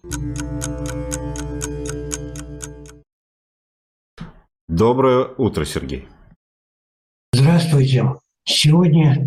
Доброе утро, Сергей. Здравствуйте. Сегодня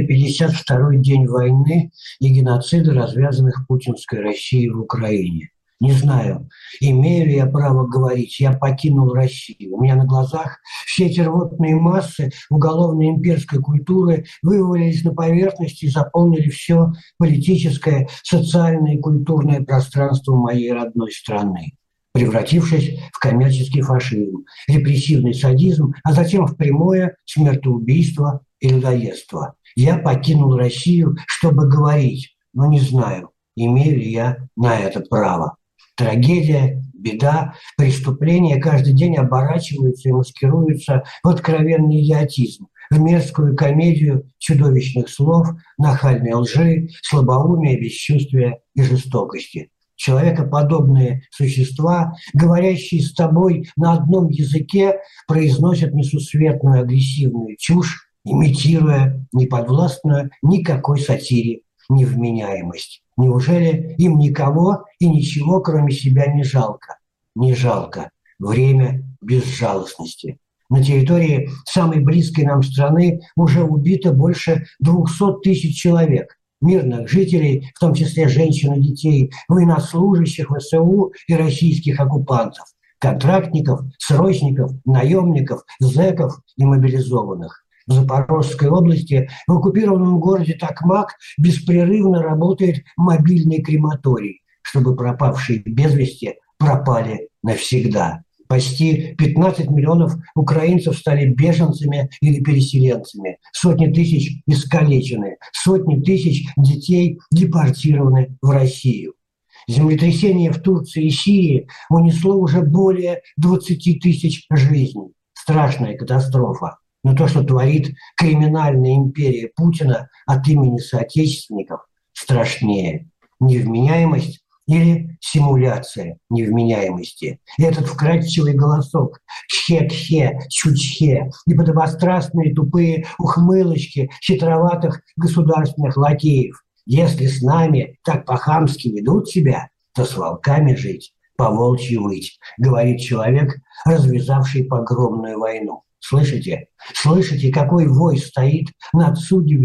352-й день войны и геноцида, развязанных путинской Россией в Украине. Не знаю, имею ли я право говорить, я покинул Россию. У меня на глазах все эти рвотные массы уголовной имперской культуры вывалились на поверхность и заполнили все политическое, социальное и культурное пространство моей родной страны, превратившись в коммерческий фашизм, репрессивный садизм, а затем в прямое смертоубийство и людоедство. Я покинул Россию, чтобы говорить, но не знаю, имею ли я на это право. Трагедия, беда, преступления каждый день оборачиваются и маскируются в откровенный идиотизм, в мерзкую комедию чудовищных слов, нахальной лжи, слабоумия, бесчувствия и жестокости. Человекоподобные существа, говорящие с тобой на одном языке, произносят несусветную агрессивную чушь, имитируя неподвластную никакой сатире невменяемость. Неужели им никого и ничего, кроме себя, не жалко? Не жалко. Время безжалостности. На территории самой близкой нам страны уже убито больше 200 тысяч человек. Мирных жителей, в том числе женщин и детей, военнослужащих ВСУ и российских оккупантов, контрактников, срочников, наемников, зэков и мобилизованных. В Запорожской области, в оккупированном городе Токмак, беспрерывно работает мобильный крематорий, чтобы пропавшие без вести пропали навсегда. Почти 15 миллионов украинцев стали беженцами или переселенцами. Сотни тысяч искалечены, сотни тысяч детей депортированы в Россию. Землетрясение в Турции и Сирии унесло уже более 20 тысяч жизней. Страшная катастрофа. Но то, что творит криминальная империя Путина от имени соотечественников, страшнее. Невменяемость или симуляция невменяемости. И этот вкрадчивый голосок «тхе-тхе», «чучхе» и подобострастные тупые ухмылочки хитроватых государственных лакеев. Если с нами так по-хамски ведут себя, то с волками жить, по-волчьи выть, говорит человек, развязавший погромную войну. Слышите? Слышите, какой вой стоит над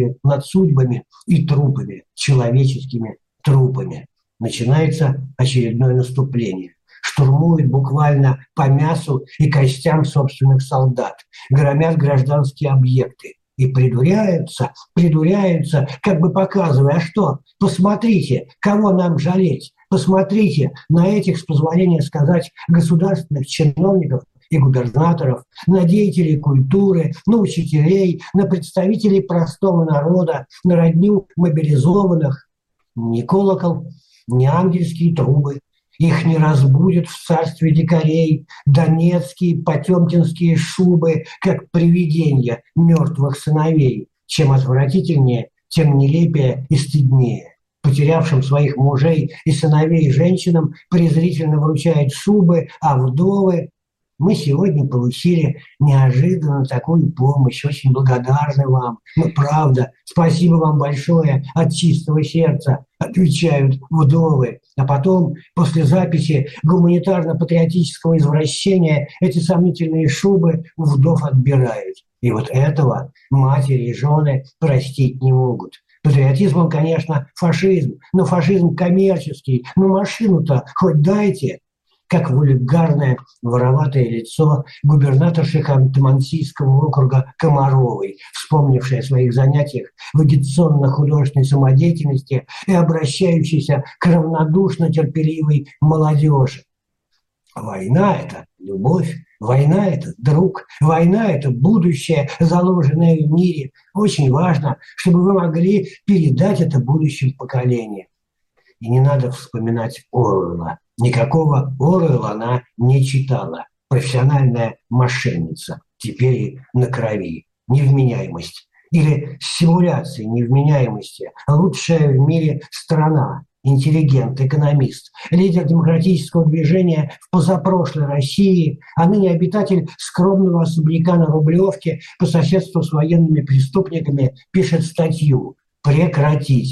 судьбами и трупами, человеческими трупами? Начинается очередное наступление. Штурмуют буквально по мясу и костям собственных солдат, громят гражданские объекты и придуряются, как бы показывая, а что? Посмотрите, кого нам жалеть. Посмотрите на этих, с позволения сказать, государственных чиновников и губернаторов, на деятелей культуры, на учителей, на представителей простого народа, на родню мобилизованных. Ни колокол, ни ангельские трубы их не разбудят в царстве дикарей, донецкие потемкинские шубы, как привидения мертвых сыновей. Чем отвратительнее, тем нелепее и стыднее. Потерявшим своих мужей и сыновей женщинам презрительно вручают шубы, а вдовы... Мы сегодня получили неожиданно такую помощь. Очень благодарны вам. Ну, правда, спасибо вам большое от чистого сердца, отвечают вдовы. А потом, после записи гуманитарно-патриотического извращения, эти сомнительные шубы у вдов отбирают. И вот этого матери и жены простить не могут. Патриотизм, конечно, фашизм, но фашизм коммерческий. Ну, машину-то хоть дайте. Как вульгарное вороватое лицо губернаторши Ханты-Мансийского округа Комаровой, вспомнившей о своих занятиях в агитационно-художественной самодеятельности и обращающейся к равнодушно терпеливой молодежи. Война – это любовь, война – это друг, война – это будущее, заложенное в мире. Очень важно, чтобы вы могли передать это будущим поколениям. И не надо вспоминать Оруэлла. Никакого Оруэлла она не читала. Профессиональная мошенница. Теперь и на крови. Невменяемость. Или симуляция невменяемости. Лучшая в мире страна. Интеллигент, экономист, лидер демократического движения в позапрошлой России, а ныне обитатель скромного особняка на Рублевке по соседству с военными преступниками, пишет статью «Прекратите».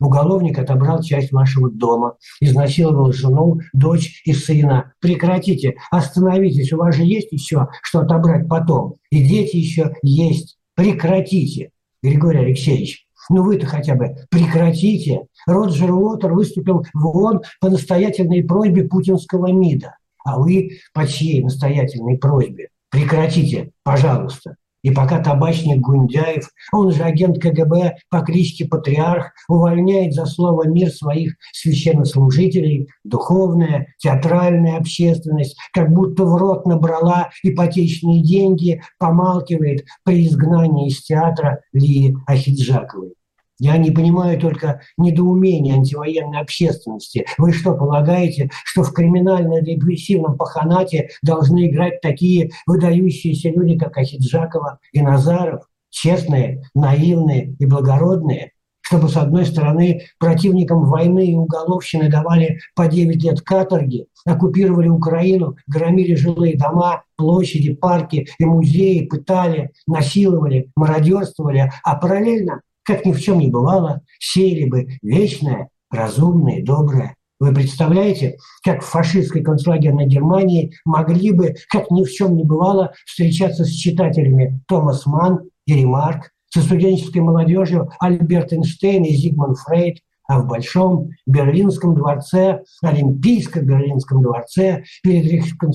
Уголовник отобрал часть вашего дома, изнасиловал жену, дочь и сына. Прекратите, остановитесь, у вас же есть еще что отобрать потом. И дети еще есть. Прекратите, Григорий Алексеевич. Ну вы-то хотя бы прекратите. Роджер Уотер выступил в ООН по настоятельной просьбе путинского МИДа. А вы по чьей настоятельной просьбе? Прекратите, пожалуйста. И пока табачник Гундяев, он же агент КГБ по кличке Патриарх, увольняет за слово «мир» своих священнослужителей, духовная, театральная общественность, как будто в рот набрала ипотечные деньги, помалкивает при изгнании из театра Лии Ахеджаковой. Я не понимаю только недоумения антивоенной общественности. Вы что, полагаете, что в криминально-репрессивном паханате должны играть такие выдающиеся люди, как Ахеджакова и Назаров? Честные, наивные и благородные? Чтобы, с одной стороны, противникам войны и уголовщины давали по 9 лет каторги, оккупировали Украину, громили жилые дома, площади, парки и музеи, пытали, насиловали, мародерствовали, а параллельно, как ни в чем не бывало, сеяли бы вечное, разумное, доброе. Вы представляете, как в фашистской концлагерной Германии могли бы, как ни в чем не бывало, встречаться с читателями Томас Манн и Ремарк, со студенческой молодежью Альберт Эйнштейн и Зигмунд Фрейд, а в Большом Берлинском дворце, Олимпийском Берлинском дворце, перед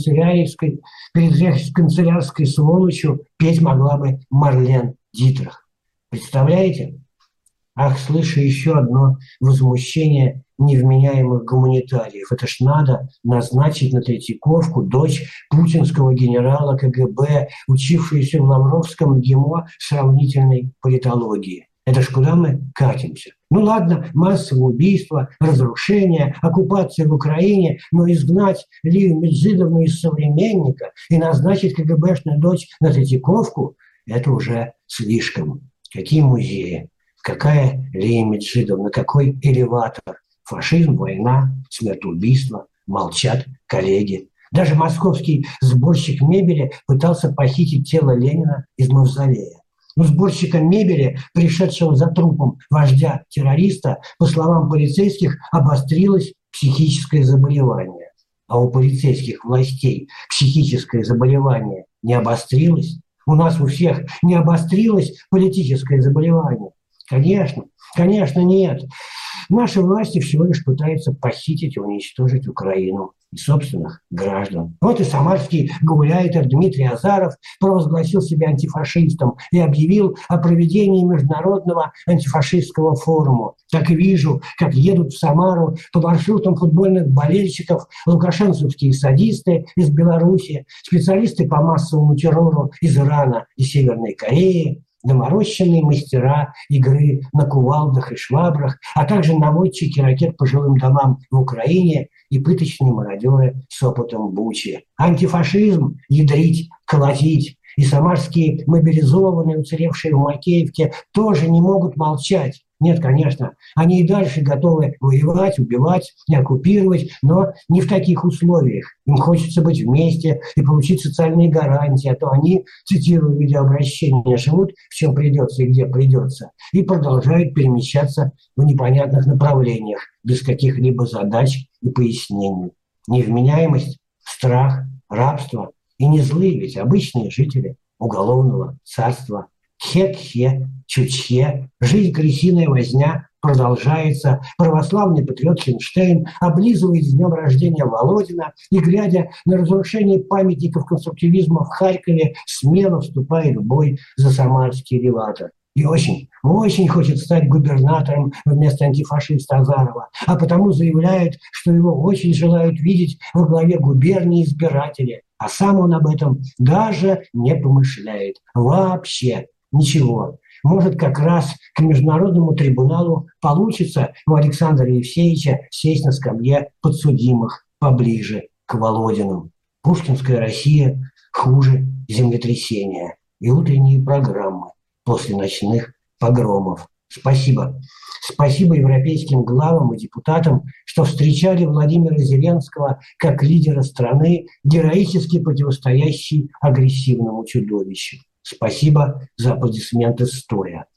рейхсканцелярской сволочью петь могла бы Марлен Дитрих. Представляете? Ах, слышу еще одно возмущение невменяемых гуманитариев. Это ж надо назначить на Третьяковку дочь путинского генерала КГБ, учившуюся в Лавровском ГИМО сравнительной политологии. Это ж куда мы катимся? Ну ладно, массовое убийство, разрушение, оккупация в Украине, но изгнать Лию Меджидовну из «Современника» и назначить КГБшную дочь на Третьяковку – это уже слишком. Какие музеи? Какая Лия Меджидовна? Какой элеватор? Фашизм, война, смертоубийство. Молчат коллеги. Даже московский сборщик мебели пытался похитить тело Ленина из мавзолея. У сборщика мебели, пришедшего за трупом вождя-террориста, по словам полицейских, обострилось психическое заболевание. А у полицейских властей психическое заболевание не обострилось? У нас у всех не обострилось политическое заболевание? Конечно, конечно, нет. Наши власти всего лишь пытаются похитить и уничтожить Украину и собственных граждан. Вот и самарский гауляйтер Дмитрий Азаров провозгласил себя антифашистом и объявил о проведении международного антифашистского форума. Так и вижу, как едут в Самару по маршрутам футбольных болельщиков лукашенцевские садисты из Беларуси, специалисты по массовому террору из Ирана и Северной Кореи, доморощенные мастера игры на кувалдах и швабрах, а также наводчики ракет по жилым домам в Украине и пыточные мародеры с опытом Бучи. Антифашизм – ядрить, колотить. И самарские мобилизованные, уцелевшие в Макеевке, тоже не могут молчать. Нет, конечно, они и дальше готовы воевать, убивать и оккупировать, но не в таких условиях. Им хочется быть вместе и получить социальные гарантии, а то они, цитирую видеообращение, живут в чем придется и где придется, и продолжают перемещаться в непонятных направлениях, без каких-либо задач и пояснений. Невменяемость, страх, рабство и не злые ведь обычные жители уголовного царства. Кхе-кхе, чучхе, жизнь крысиная возня продолжается. Православный патриот Хинштейн облизывает с днем рождения Володина и, глядя на разрушение памятников конструктивизма в Харькове, смело вступает в бой за самарский элеватор. И очень, очень хочет стать губернатором вместо антифашиста Азарова, а потому заявляет, что его очень желают видеть во главе губернии избиратели, а сам он об этом даже не помышляет. Вообще ничего. Может, как раз к международному трибуналу получится у Александра Евсеевича сесть на скамье подсудимых поближе к Володину. Пушкинская Россия хуже землетрясения и утренние программы после ночных погромов. Спасибо. Спасибо европейским главам и депутатам, что встречали Владимира Зеленского как лидера страны, героически противостоящей агрессивному чудовищу. Спасибо за аплодисменты стоя.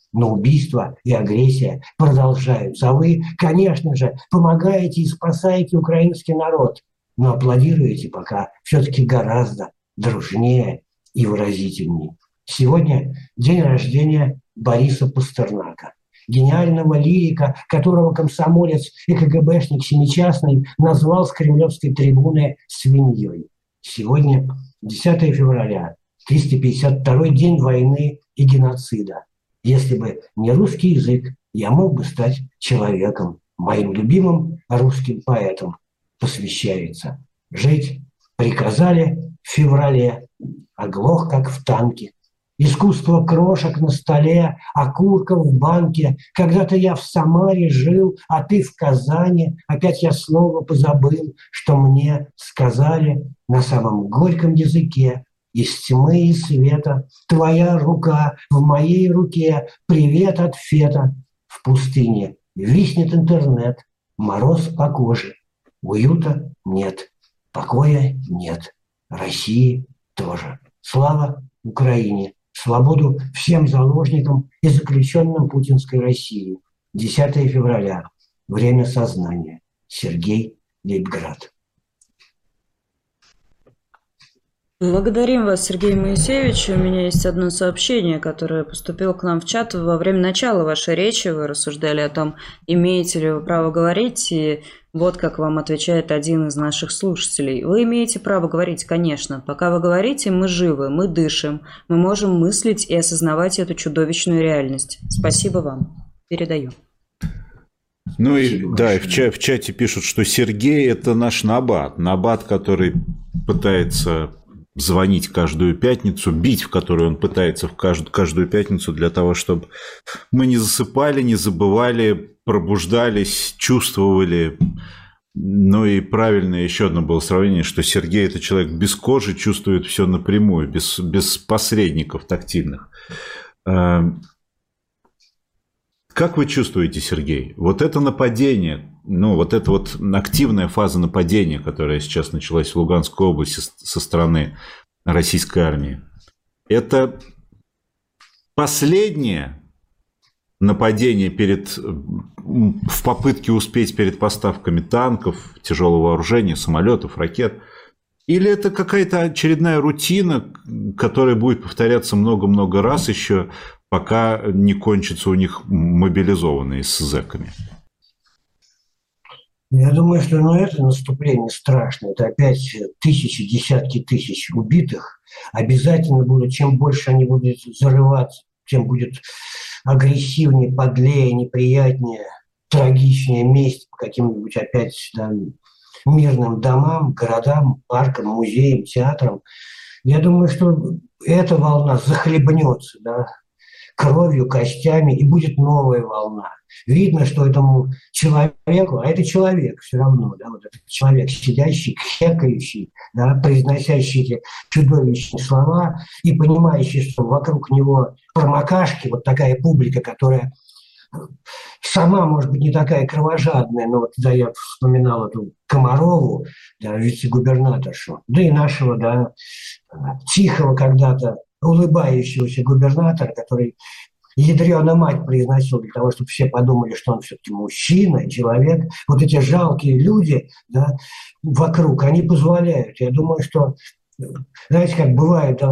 Но убийства и агрессия продолжаются. А вы, конечно же, помогаете и спасаете украинский народ, но аплодируете пока все-таки гораздо дружнее и выразительнее. Сегодня день рождения Бориса Пастернака, гениального лирика, которого комсомолец и КГБшник Семичастный назвал с кремлевской трибуны свиньей. Сегодня 10 февраля, 352-й день войны и геноцида. Если бы не русский язык, я мог бы стать человеком. Моим любимым русским поэтом посвящается. Жить приказали в феврале, оглох, как в танке. Искусство крошек на столе, окурков в банке. Когда-то я в Самаре жил, а ты в Казани. Опять я снова позабыл, что мне сказали на самом горьком языке. Из тьмы и света твоя рука в моей руке. Привет от Фета. В пустыне виснет интернет. Мороз по коже. Уюта нет. Покоя нет. России тоже. Слава Украине. Свободу всем заложникам и заключенным путинской России. 10 февраля. Время сознания. Сергей Лейбград. Благодарим вас, Сергей Моисеевич. У меня есть одно сообщение, которое поступило к нам в чат. Во время начала вашей речи вы рассуждали о том, имеете ли вы право говорить, и вот как вам отвечает один из наших слушателей. Вы имеете право говорить, конечно. Пока вы говорите, мы живы, мы дышим, мы можем мыслить и осознавать эту чудовищную реальность. Спасибо вам. Передаю. Ну и да, в чате пишут, что Сергей – это наш Набат. Набат, который пытается звонить каждую пятницу, бить, в которую он пытается в каждую пятницу для того, чтобы мы не засыпали, не забывали, пробуждались, чувствовали. Ну и правильное еще одно было сравнение, что Сергей – это человек без кожи, чувствует все напрямую, без посредников тактильных. Как вы чувствуете, Сергей, вот это нападение, ну вот эта вот активная фаза нападения, которая сейчас началась в Луганской области со стороны российской армии, это последнее нападение в попытке успеть перед поставками танков, тяжелого вооружения, самолетов, ракет? Или это какая-то очередная рутина, которая будет повторяться много-много раз еще, пока не кончатся у них мобилизованные с зэками? Я думаю, что это наступление страшное. Это опять тысячи, десятки тысяч убитых. Обязательно будут, чем больше они будут зарываться, тем будет агрессивнее, подлее, неприятнее, трагичнее месть по каким-нибудь опять мирным домам, городам, паркам, музеям, театрам. Я думаю, что эта волна захлебнется, кровью, костями, и будет новая волна. Видно, что этому человеку, а это человек все равно, вот этот человек, сидящий, хекающий, произносящий эти чудовищные слова и понимающий, что вокруг него промокашки, вот такая публика, которая сама, может быть, не такая кровожадная, но вот когда я вспоминал эту Комарову, вице-губернаторшу, да и нашего, тихого когда-то улыбающегося губернатора, который ядрёна мать произносил для того, чтобы все подумали, что он все-таки мужчина, человек. Вот эти жалкие люди вокруг, они позволяют. Я думаю, что, знаете, как бывает,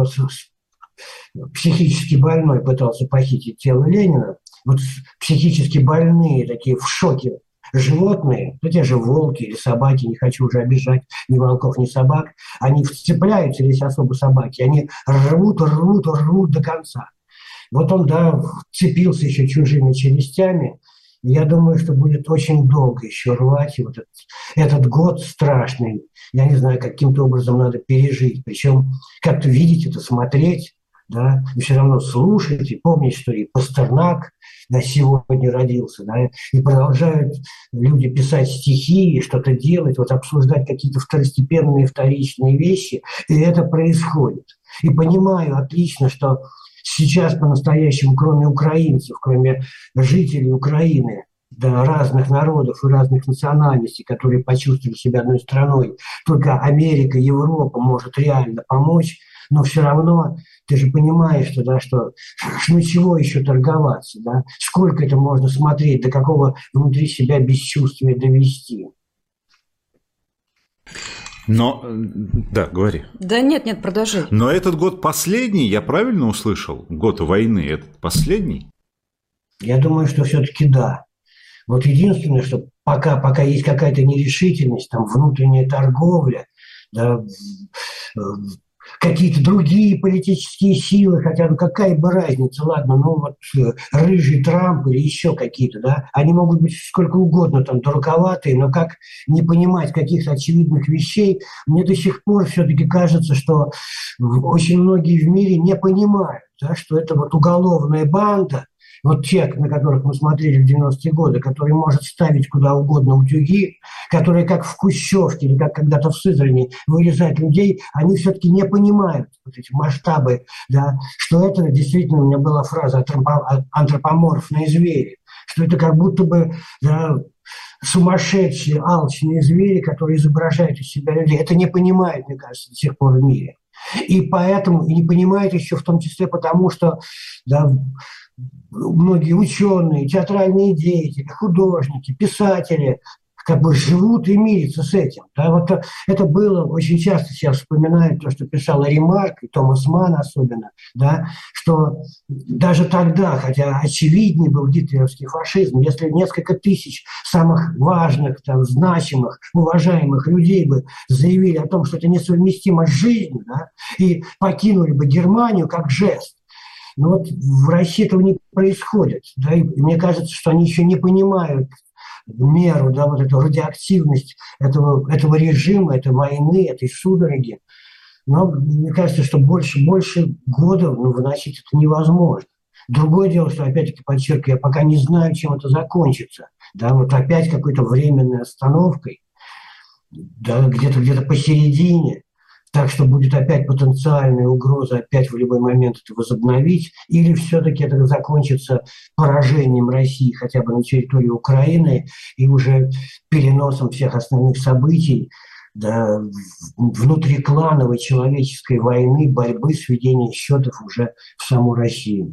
психически больной пытался похитить тело Ленина, вот психически больные, такие в шоке животные, те же волки или собаки, не хочу уже обижать ни волков, ни собак, они вцепляются, здесь особо собаки, они рвут до конца. Вот он, вцепился еще чужими челюстями. Я думаю, что будет очень долго еще рвать. И вот этот год страшный, я не знаю, каким-то образом надо пережить. Причем как-то видеть это, смотреть, и все равно слушать, и помнить, что и Пастернак сегодня родился, и продолжают люди писать стихи, и что-то делать, обсуждать какие-то второстепенные, вторичные вещи, и это происходит. И понимаю отлично, что сейчас по-настоящему, кроме украинцев, кроме жителей Украины, разных народов и разных национальностей, которые почувствовали себя одной страной, только Америка, Европа может реально помочь. но все равно ты же понимаешь, что, да, что ну чего еще торговаться, да? Сколько это можно смотреть, до какого внутри себя бесчувствия довести. Но, да, говори. Да нет, продолжай. Но этот год последний, я правильно услышал? Год войны, этот последний? Я думаю, что все-таки да. Вот единственное, что пока есть какая-то нерешительность, там внутренняя торговля, да, какие-то другие политические силы, хотя ну какая бы разница, ладно, ну вот рыжий Трамп или еще какие-то, да, они могут быть сколько угодно там дураковатые, но как не понимать каких-то очевидных вещей, мне до сих пор все-таки кажется, что очень многие в мире не понимают, да, что это вот уголовная банда, вот те, на которых мы смотрели в 90-е годы, который может ставить куда угодно утюги, которые как в Кущевке или как когда-то в Сызрани вырезать людей, они все-таки не понимают вот эти масштабы, да, что это действительно, у меня была фраза антропоморфные звери, что это как будто бы, да, сумасшедшие, алчные звери, которые изображают из себя людей. Это не понимают, мне кажется, до сих пор в мире. И поэтому, и не понимают еще в том числе потому, что, да, многие ученые, театральные деятели, художники, писатели как бы живут и мирятся с этим. Да, вот это было очень часто, сейчас вспоминают то, что писал Ремарк, и Томас Манн особенно, да, что даже тогда, хотя очевиднее был гитлеровский фашизм, если несколько тысяч самых важных, там, значимых, уважаемых людей бы заявили о том, что это несовместимо с жизнью, да, и покинули бы Германию как жест, но вот в России этого не происходит. Да, и мне кажется, что они еще не понимают меру, да, вот эту радиоактивность этого режима, этой войны, этой судороги. Но мне кажется, что больше года выносить это невозможно. Другое дело, что, опять-таки, подчеркиваю, я пока не знаю, чем это закончится. Да, вот опять какой-то временной остановкой, да, где-то посередине. Так что будет опять потенциальная угроза опять в любой момент это возобновить, или все-таки это закончится поражением России хотя бы на территории Украины и уже переносом всех основных событий, да, внутриклановой человеческой войны, борьбы, сведения счетов уже в саму Россию.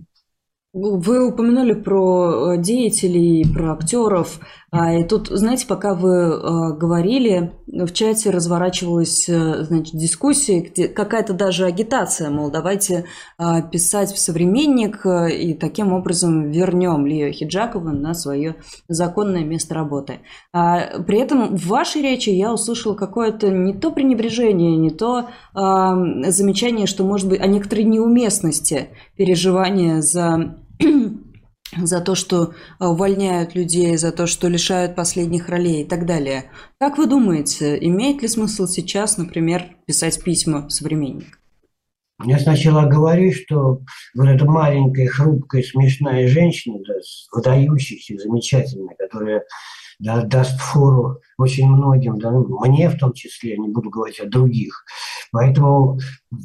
Вы упомянули про деятелей, про актеров. И тут, знаете, пока вы говорили, в чате разворачивалась, значит, дискуссия, где какая-то даже агитация, мол, давайте писать в «Современник» и таким образом вернем Лию Ахеджакову на свое законное место работы. При этом в вашей речи я услышала какое-то не то пренебрежение, не то замечание, что, может быть, о некоторой неуместности переживания за то, что увольняют людей, за то, что лишают последних ролей и так далее. Как вы думаете, имеет ли смысл сейчас, например, писать письма в «Современник»? Я сначала говорю, что вот эта маленькая, хрупкая, смешная женщина, да, выдающаяся, замечательная, которая, да, даст фору очень многим, да, мне в том числе, не буду говорить о других. Поэтому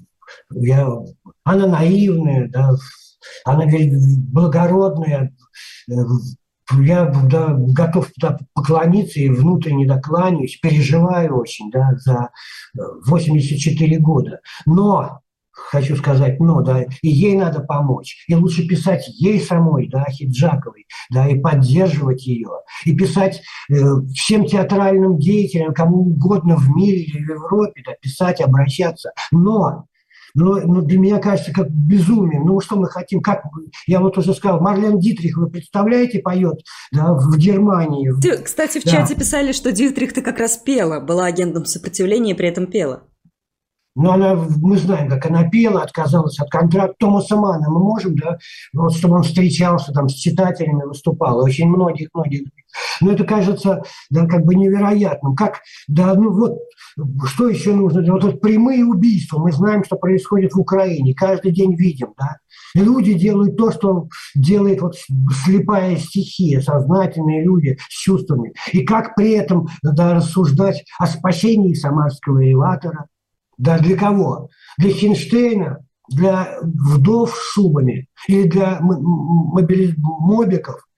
она наивная, да, она благородная, я, да, готов туда поклониться и внутренне докланяюсь, переживаю очень, да, за 84 года. Но, хочу сказать, да, и ей надо помочь. И лучше писать ей самой, да, Ахеджаковой, да, и поддерживать ее. И писать всем театральным деятелям, кому угодно в мире или в Европе, да, писать, обращаться. Но для меня кажется, как безумие. Ну, что мы хотим? Как, я вот уже сказал, Марлен Дитрих, вы представляете, поет, да, в Германии. Кстати, в чате писали, что Дитрих-то как раз пела, была агентом сопротивления и при этом пела. Но мы знаем, как она пела, отказалась от контракта. Томаса Манна мы можем, да, вот, чтобы он встречался там с читателями, выступал, очень многих. Но это кажется, да, как бы невероятным. Как, да, ну вот, что еще нужно? Вот прямые убийства. Мы знаем, что происходит в Украине. Каждый день видим, да. Люди делают то, что делает вот слепая стихия, сознательные люди с чувствами. И как при этом, да, рассуждать о спасении самарского элеватора? Да, для кого? Для Хинштейна, для вдов с шубами или для мобиков,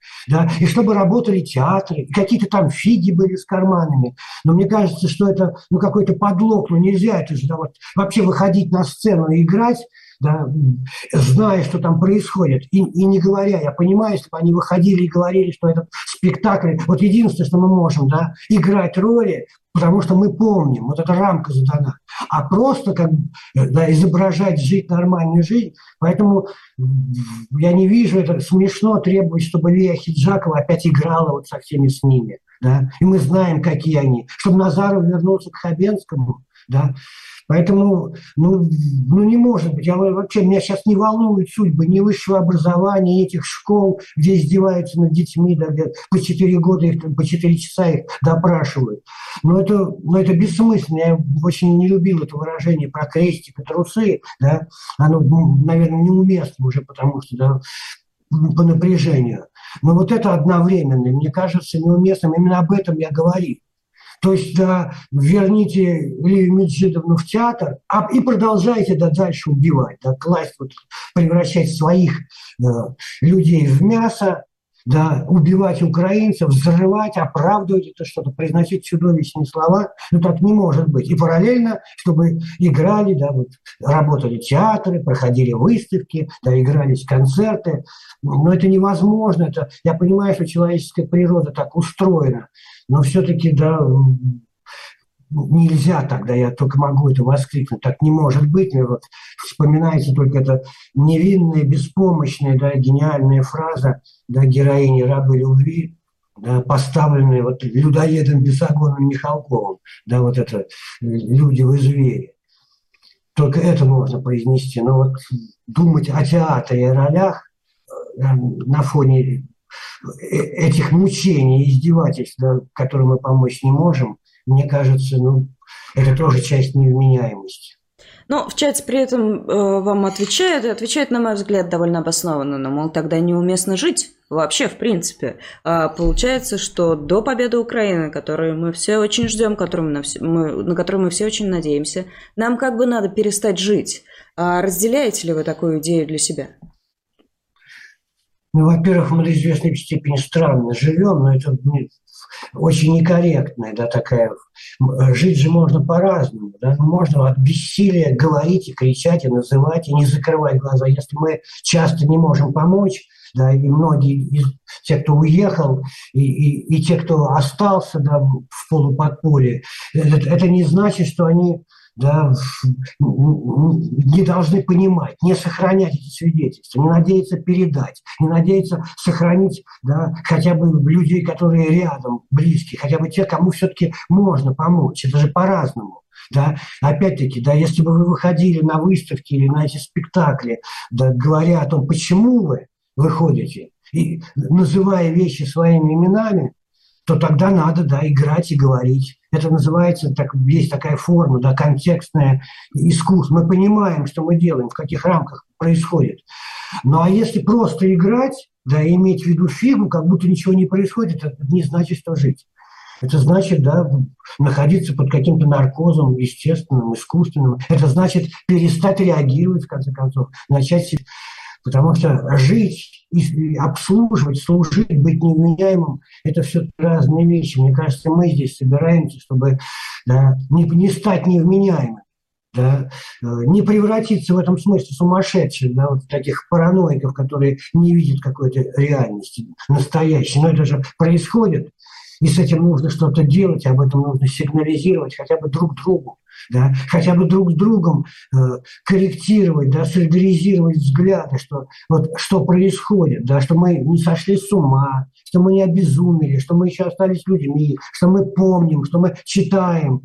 да, и чтобы работали театры, какие-то там фиги были с карманами. Но мне кажется, что это какой-то подлог, нельзя это же, да, вот, вообще выходить на сцену и играть, да, зная, что там происходит, и не говоря, я понимаю, если бы они выходили и говорили, что этот спектакль, вот единственное, что мы можем, да, играть роли, потому что мы помним, вот эта рамка задана, а просто как да, изображать, жить нормальную жизнь, поэтому я не вижу, это смешно требовать, чтобы Лия Ахеджакова опять играла вот со всеми с ними, да, и мы знаем, какие они, чтобы Назаров вернулся к Хабенскому, да. Поэтому, не может быть. Меня сейчас не волнует судьбы ни высшего образования, ни этих школ, где издеваются над детьми, да, где по 4 года, по 4 часа их допрашивают. Но это бессмысленно. Я очень не любил это выражение про крестик и трусы. Да. Оно, наверное, неуместно уже, потому что да, по напряжению. Но вот это одновременно, мне кажется, неуместным. Именно об этом я говорю. То есть, да, верните Лию Меджидовну в театр и продолжайте дальше убивать, да, класть, превращать своих людей в мясо, да, убивать украинцев, взрывать, оправдывать это что-то, произносить чудовищные слова. Так не может быть. И параллельно, чтобы играли, да, работали театры, проходили выставки, да, игрались концерты. Но это невозможно. Я понимаю, что человеческая природа так устроена. Но все-таки, да, нельзя тогда, я только могу это воскликнуть, так не может быть. Мне вспоминается только эта невинная, беспомощная, да, гениальная фраза, да, героини «Рабы любви», да, поставленная людоедом Бесогоном Михалковым, да, вот это «Люди вы звери». Только это можно произнести. Но думать о театре и ролях на фоне этих мучений и издевательств, да, которым мы помочь не можем, мне кажется, это тоже часть невменяемости. Но в чате при этом вам отвечают, и отвечают, на мой взгляд, довольно обоснованно. Но, мол, тогда неуместно жить вообще, в принципе. Получается, что до победы Украины, которую мы все очень ждем, на которую мы все очень надеемся, нам как бы надо перестать жить. Разделяете ли вы такую идею для себя? Во-первых, мы до известной степени странно живем, но это очень некорректная, да, такая. Жить же можно по-разному, да, можно от бессилия говорить и кричать, и называть, и не закрывать глаза. Если мы часто не можем помочь, да, и многие из тех, кто уехал, и те, кто остался, да, в полуподполье, это не значит, что они, да, не должны понимать, не сохранять эти свидетельства, не надеяться передать, не надеяться сохранить, да, хотя бы людей, которые рядом, близкие, хотя бы те, кому все-таки можно помочь. Это же по-разному. Да. Опять-таки, да, если бы вы выходили на выставки или на эти спектакли, да, говоря о том, почему вы выходите, и называя вещи своими именами, то тогда надо, да, играть и говорить. Это называется, есть такая форма, да, контекстное искусство. Мы понимаем, что мы делаем, в каких рамках происходит. Ну а если просто играть, да, и иметь в виду фигу, как будто ничего не происходит, это не значит, что жить. Это значит, да, находиться под каким-то наркозом естественным, искусственным. Это значит перестать реагировать, в конце концов, начать... Потому что жить, обслуживать, служить, быть невменяемым – это все разные вещи. Мне кажется, мы здесь собираемся, чтобы, да, не стать невменяемым, да, не превратиться в этом смысле в сумасшедших, да, таких параноиков, которые не видят какой-то реальности настоящей. Но это же происходит, и с этим нужно что-то делать, об этом нужно сигнализировать хотя бы друг другу. Да, хотя бы друг с другом корректировать, да, солидаризировать взгляды, что происходит, да, что мы не сошли с ума, что мы не обезумели, что мы еще остались людьми, что мы помним, что мы читаем.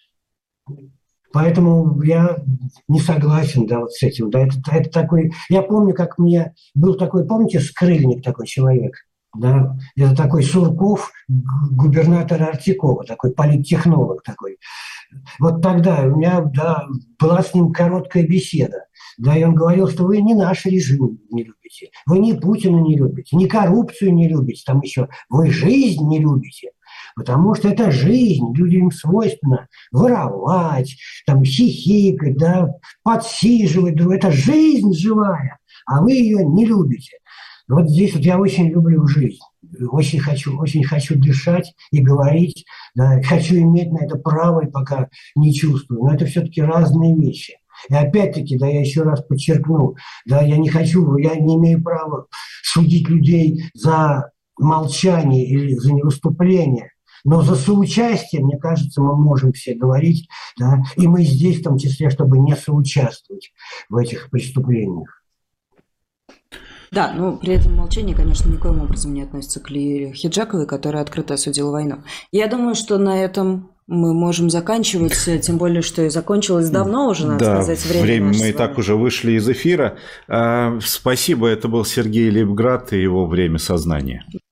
Поэтому я не согласен, да, с этим. Да, это такой... Я помню, как мне был такой, помните, Скрыльник такой человек? Да, это такой Сурков, губернатор Артикова, такой политтехнолог такой. Вот тогда у меня, да, была с ним короткая беседа. Да, и он говорил, что вы не наш режим не любите, вы не Путина не любите, не коррупцию не любите, там еще вы жизнь не любите. Потому что это жизнь, людям свойственно воровать, там, хихикать, да, подсиживать. Это жизнь живая, а вы ее не любите. Вот здесь вот я очень люблю жизнь. очень хочу дышать и говорить, да, хочу иметь на это право и пока не чувствую. Но это все-таки разные вещи. И опять-таки, да, я еще раз подчеркну, да, я не имею права судить людей за молчание или за невыступление. Но за соучастие, мне кажется, мы можем все говорить, да, и мы здесь в том числе, чтобы не соучаствовать в этих преступлениях. Да, но при этом молчание, конечно, никоим образом не относится к Лире Хиджаковой, которая открыто осудила войну. Я думаю, что на этом мы можем заканчивать, тем более, что и закончилось давно уже, надо сказать, время. Мы и так уже вышли из эфира. Спасибо, это был Сергей Лейбград и его «Время сознания».